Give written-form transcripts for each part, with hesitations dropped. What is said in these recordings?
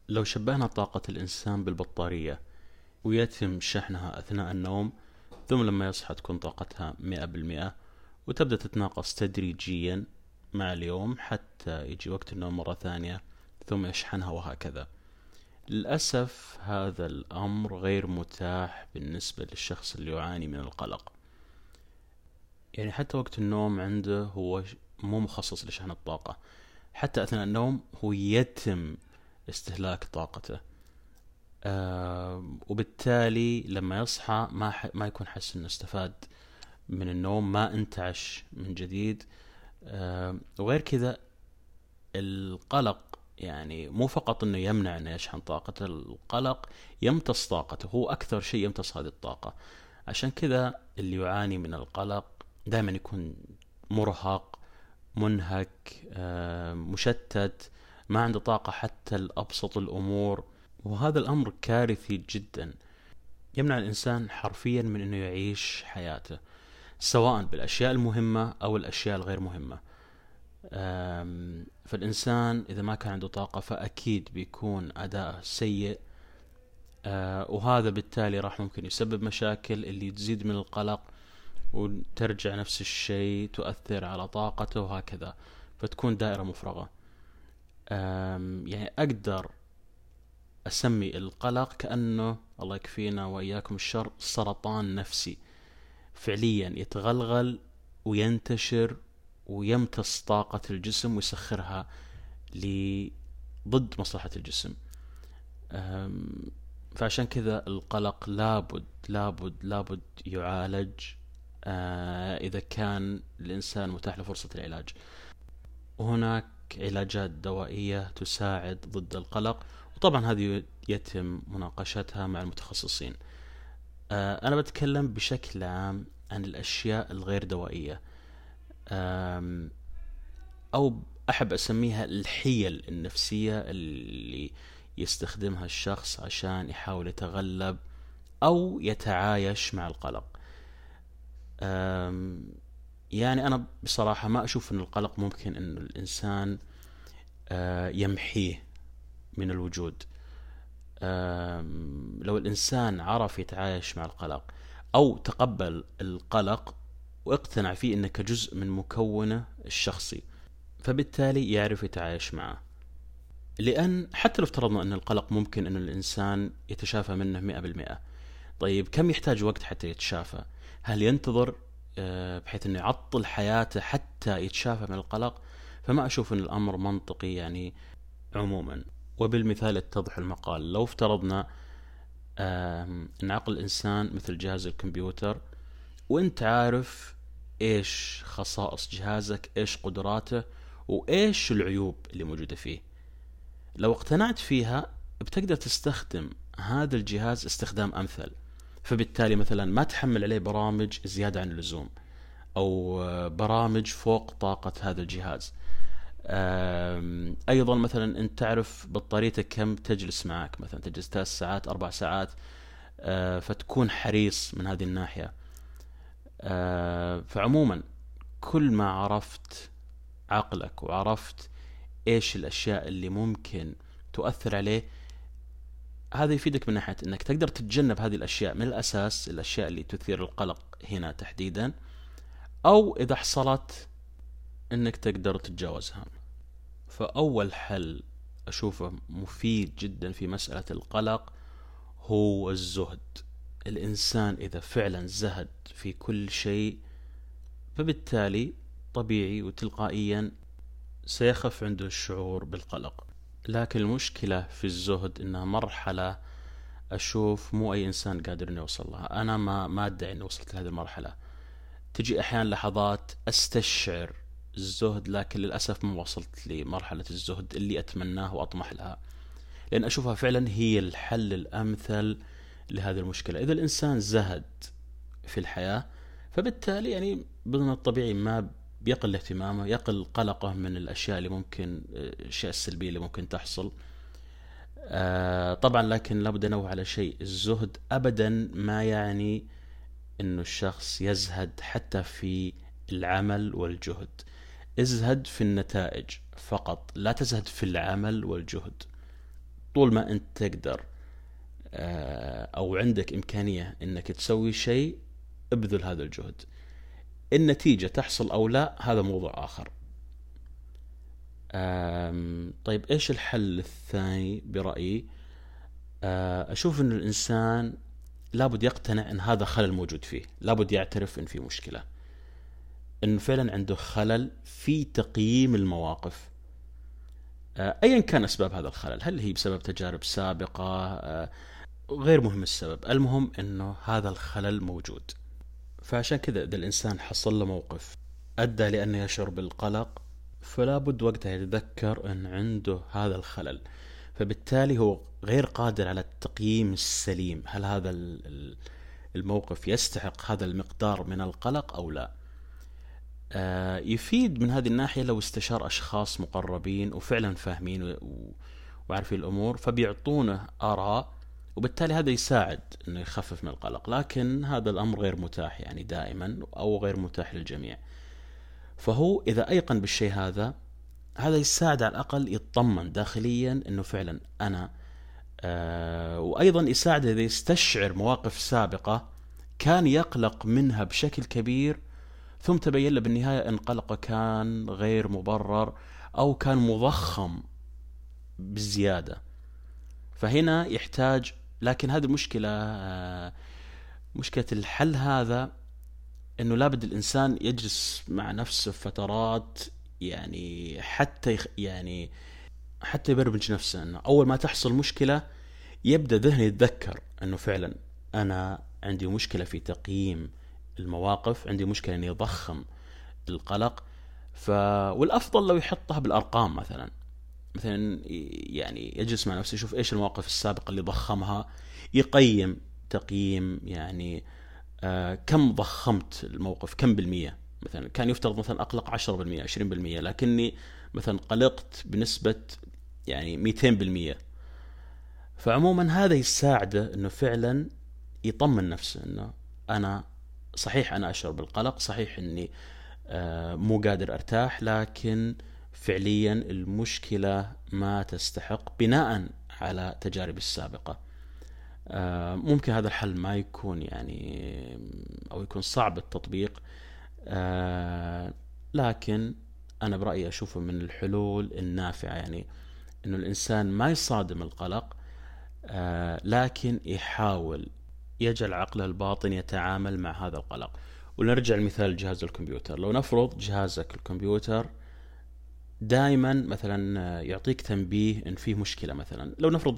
لو شبهنا طاقة الإنسان بالبطارية ويتم شحنها أثناء النوم، ثم لما يصحى تكون طاقتها 100%، وتبدأ تتناقص تدريجيا مع اليوم حتى يجي وقت النوم مرة ثانية ثم يشحنها، وهكذا. للأسف هذا الأمر غير متاح بالنسبة للشخص اللي يعاني من القلق. يعني حتى وقت النوم عنده هو مو مخصص لشحن الطاقة، حتى أثناء النوم هو يتم استهلاك طاقته. وبالتالي لما يصحى ما يكون حس انه استفاد من النوم، ما انتعش من جديد. وغير كذا القلق يعني مو فقط انه يمنع انه يشحن طاقته، القلق يمتص طاقته، هو اكثر شيء يمتص هذه الطاقة. عشان كذا اللي يعاني من القلق دائما يكون مرهق، منهك، مشتت، ما عنده طاقة حتى لأبسط الأمور. وهذا الأمر كارثي جدا، يمنع الإنسان حرفيا من أنه يعيش حياته، سواء بالأشياء المهمة أو الأشياء الغير مهمة. فالإنسان إذا ما كان عنده طاقة فأكيد بيكون أداءه سيء، وهذا بالتالي راح ممكن يسبب مشاكل اللي تزيد من القلق، وترجع نفس الشيء تؤثر على طاقته، وهكذا فتكون دائرة مفرغة. يعني أقدر أسمي القلق كأنه، الله يكفينا وإياكم الشر، سرطان نفسي فعليا يتغلغل وينتشر ويمتص طاقة الجسم ويسخرها ضد مصلحة الجسم. فعشان كذا القلق لابد لابد لابد يعالج إذا كان الإنسان متاح له فرصة العلاج. وهناك علاجات دوائية تساعد ضد القلق، وطبعا هذه يتم مناقشتها مع المتخصصين. أنا بتكلم بشكل عام عن الأشياء الغير دوائية، أو أحب أسميها الحيل النفسية اللي يستخدمها الشخص عشان يحاول يتغلب أو يتعايش مع القلق. يعني أنا بصراحة ما أشوف أن القلق ممكن أن الإنسان يمحيه من الوجود. لو الإنسان عرف يتعايش مع القلق أو تقبل القلق واقتنع فيه إنه كجزء من مكونه الشخصي، فبالتالي يعرف يتعايش معه. لأن حتى لو افترضنا أن القلق ممكن أن الإنسان يتشافى منه 100%، طيب كم يحتاج وقت حتى يتشافى؟ هل ينتظر بحيث أنه يعطل حياته حتى يتشافى من القلق؟ فما أشوف أن الأمر منطقي يعني عموما. وبالمثال يتضح المقال. لو افترضنا أن عقل الإنسان مثل جهاز الكمبيوتر، وانت عارف ايش خصائص جهازك، ايش قدراته، وايش العيوب اللي موجودة فيه، لو اقتنعت فيها بتقدر تستخدم هذا الجهاز استخدام أمثل. فبالتالي مثلا ما تحمل عليه برامج زيادة عن اللزوم، أو برامج فوق طاقة هذا الجهاز. أيضا مثلا أنت تعرف بطاريتك كم تجلس معك، مثلا تجلس 3 ساعات 4 ساعات، فتكون حريص من هذه الناحية. فعموما كل ما عرفت عقلك وعرفت ايش الاشياء اللي ممكن تؤثر عليه، هذا يفيدك من ناحية انك تقدر تتجنب هذه الاشياء من الاساس، الاشياء اللي تثير القلق هنا تحديدا، او اذا حصلت انك تقدر تتجاوزها. فاول حل اشوفه مفيد جدا في مسألة القلق هو الزهد. الانسان اذا فعلا زهد في كل شيء، فبالتالي طبيعي وتلقائيا سيخف عنده الشعور بالقلق. لكن المشكلة في الزهد انها مرحلة اشوف مو اي انسان قادر انه يوصل لها. انا ما ادعي اني وصلت لهذه المرحلة. تجي احيانا لحظات استشعر الزهد، لكن للاسف ما وصلت لمرحلة الزهد اللي اتمناه واطمح لها، لان اشوفها فعلا هي الحل الامثل لهذه المشكلة. اذا الانسان زهد في الحياة، فبالتالي يعني من الطبيعي ما بيقل اهتمامه، يقل قلقه من الاشياء اللي ممكن، الاشياء السلبية اللي ممكن تحصل. طبعا لكن لابد انوه على شيء، الزهد ابدا ما يعني انه الشخص يزهد حتى في العمل والجهد. ازهد في النتائج فقط، لا تزهد في العمل والجهد. طول ما أنت تقدر أو عندك إمكانية أنك تسوي شيء، ابذل هذا الجهد. النتيجة تحصل أو لا هذا موضوع آخر. طيب إيش الحل الثاني برأيي؟ أشوف أن الإنسان لابد يقتنع أن هذا خلل موجود فيه، لابد يعترف أن في مشكلة، أنه فعلا عنده خلل في تقييم المواقف، أيا كان أسباب هذا الخلل. هل هي بسبب تجارب سابقة؟ غير مهم السبب، المهم أنه هذا الخلل موجود. فعشان كذا إذا الإنسان حصل له موقف أدى لأنه يشعر بالقلق، فلا بد وقتها يتذكر أن عنده هذا الخلل، فبالتالي هو غير قادر على التقييم السليم، هل هذا الموقف يستحق هذا المقدار من القلق أو لا. يفيد من هذه الناحية لو استشار أشخاص مقربين وفعلا فاهمين وعارفين الأمور، فبيعطونه آراء، وبالتالي هذا يساعد أنه يخفف من القلق. لكن هذا الأمر غير متاح يعني دائما، أو غير متاح للجميع. فهو إذا أيقن بالشيء هذا يساعد على الأقل يطمن داخليا أنه فعلا أنا وأيضا يساعد إذا يستشعر مواقف سابقة كان يقلق منها بشكل كبير، ثم تبين له بالنهاية أن قلقه كان غير مبرر أو كان مضخم بالزيادة. فهنا يحتاج، لكن هذه المشكلة مشكلة الحل هذا أنه لابد الإنسان يجلس مع نفسه فترات، يعني حتى يبرمج نفسه أنه أول ما تحصل مشكلة يبدأ ذهنه يتذكر أنه فعلا أنا عندي مشكلة في تقييم المواقف، عندي مشكلة أني أضخم القلق. والأفضل لو يحطها بالأرقام، مثلا يعني يجلس مع نفسه يشوف إيش المواقف السابقة اللي ضخمها، يقيم تقييم يعني كم ضخمت الموقف، كم بالمية. مثلا كان يفترض مثلا أقلق 10%، 20%، لكني مثلا قلقت بنسبة يعني 200%. فعموما هذا يساعده أنه فعلا يطمن نفسه أنه أنا صحيح أنا أشعر بالقلق، صحيح أني مو قادر أرتاح، لكن فعليا المشكلة ما تستحق بناء على تجاربي السابقة. ممكن هذا الحل ما يكون يعني أو يكون صعب التطبيق، لكن أنا برأيي أشوفه من الحلول النافعة، يعني أنه الإنسان ما يصادم القلق، لكن يحاول يجعل عقله الباطن يتعامل مع هذا القلق. ونرجع لمثال جهاز الكمبيوتر. لو نفرض جهازك الكمبيوتر دائما مثلا يعطيك تنبيه ان فيه مشكلة، مثلا لو نفرض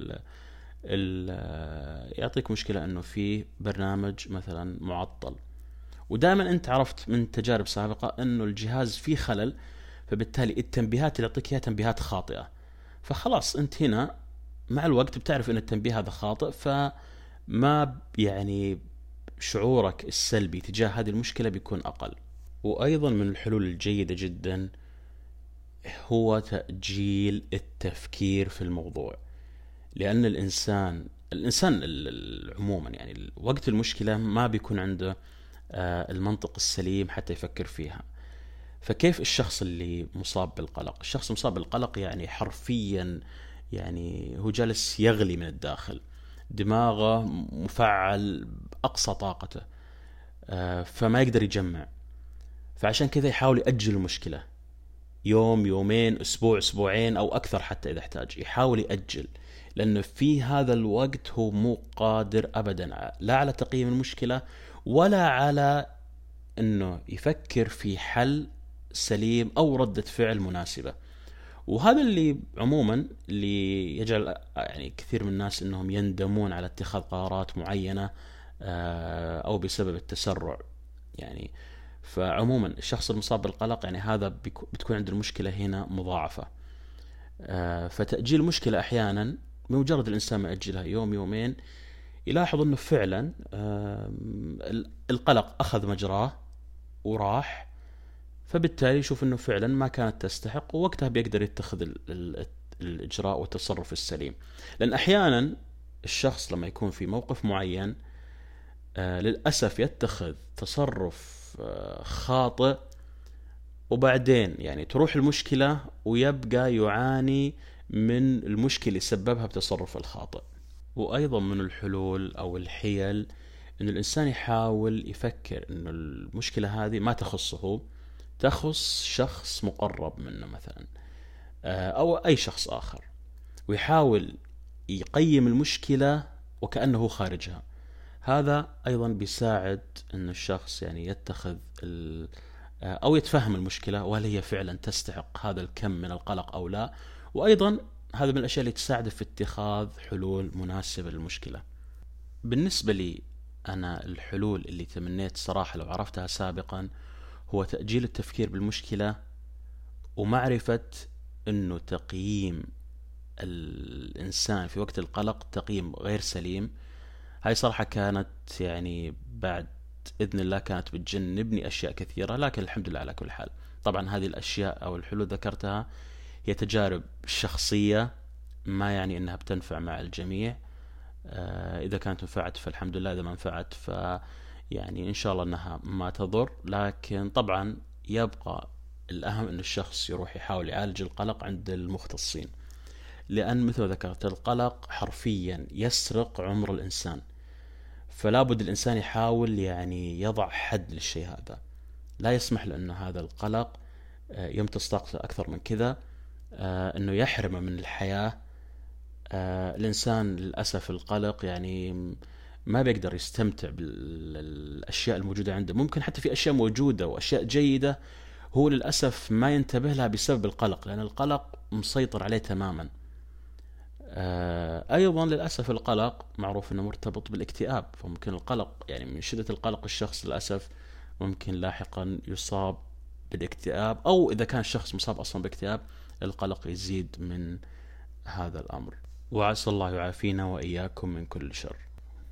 يعطيك مشكلة انه فيه برنامج مثلا معطل، ودائما انت عرفت من تجارب سابقة انه الجهاز فيه خلل، فبالتالي التنبيهات اللي يعطيك اياها تنبيهات خاطئة، فخلاص انت هنا مع الوقت بتعرف ان التنبيه هذا خاطئ، فما يعني شعورك السلبي تجاه هذه المشكلة بيكون أقل. وأيضا من الحلول الجيدة جدا هو تأجيل التفكير في الموضوع، لأن الإنسان عموما يعني وقت المشكلة ما بيكون عنده المنطق السليم حتى يفكر فيها. فكيف الشخص اللي مصاب بالقلق؟ الشخص المصاب بالقلق يعني حرفيا يعني هو جالس يغلي من الداخل، دماغه مفعل بأقصى طاقته، فما يقدر يجمع. فعشان كذا يحاول يأجل المشكلة يوم، يومين، أسبوع، أسبوعين، أو أكثر حتى إذا احتاج، يحاول يأجل، لأنه في هذا الوقت هو مو قادر أبدا لا على تقييم المشكلة ولا على أنه يفكر في حل سليم أو ردة فعل مناسبة. وهذا اللي عموما اللي يجعل يعني كثير من الناس انهم يندمون على اتخاذ قرارات معينة او بسبب التسرع يعني. فعموما الشخص المصاب بالقلق يعني هذا بتكون عند المشكلة هنا مضاعفة. فتأجيل المشكلة احيانا بمجرد الانسان ما يأجلها يوم، يومين، يلاحظ انه فعلا القلق اخذ مجراه وراح، فبالتالي يشوف انه فعلا ما كانت تستحق، ووقتها بيقدر يتخذ الاجراء والتصرف السليم. لان احيانا الشخص لما يكون في موقف معين للاسف يتخذ تصرف خاطئ، وبعدين يعني تروح المشكلة ويبقى يعاني من المشكلة اللي سببها بتصرف الخاطئ. وأيضا من الحلول أو الحيل أن الإنسان يحاول يفكر أن المشكلة هذه ما تخصه، تخص شخص مقرب منه مثلا أو أي شخص آخر، ويحاول يقيم المشكلة وكأنه خارجها. هذا أيضا بيساعد أن الشخص يعني يتخذ أو يتفهم المشكلة وهل هي فعلا تستحق هذا الكم من القلق أو لا. وأيضا هذا من الأشياء اللي تساعده في اتخاذ حلول مناسبة للمشكلة. بالنسبة لي أنا الحلول اللي تمنيت صراحة لو عرفتها سابقا هو تأجيل التفكير بالمشكلة، ومعرفة أنه تقييم الإنسان في وقت القلق تقييم غير سليم. هاي صراحة كانت يعني بعد إذن الله كانت بتجنبني أشياء كثيرة، لكن الحمد لله على كل حال. طبعا هذه الأشياء أو الحلول ذكرتها هي تجارب شخصية، ما يعني أنها بتنفع مع الجميع. إذا كانت نفعت فالحمد لله، إذا ما نفعت يعني إن شاء الله أنها ما تضر. لكن طبعا يبقى الأهم أن الشخص يروح يحاول يعالج القلق عند المختصين، لأن مثل ما ذكرت القلق حرفيا يسرق عمر الإنسان، فلا بد الإنسان يحاول يعني يضع حد للشيء هذا، لا يسمح لأنه هذا القلق يمتص طاقته أكثر من كذا، أنه يحرمه من الحياة. الإنسان للأسف القلق يعني ما بيقدر يستمتع بالأشياء الموجودة عنده. ممكن حتى في أشياء موجودة وأشياء جيدة هو للأسف ما ينتبه لها بسبب القلق، لأن القلق مسيطر عليه تماما. أيضا للأسف القلق معروف أنه مرتبط بالاكتئاب، فممكن القلق يعني من شدة القلق الشخص للأسف ممكن لاحقا يصاب بالاكتئاب، أو إذا كان الشخص مصاب أصلا باكتئاب القلق يزيد من هذا الأمر. وعسى الله يعافينا وإياكم من كل شر.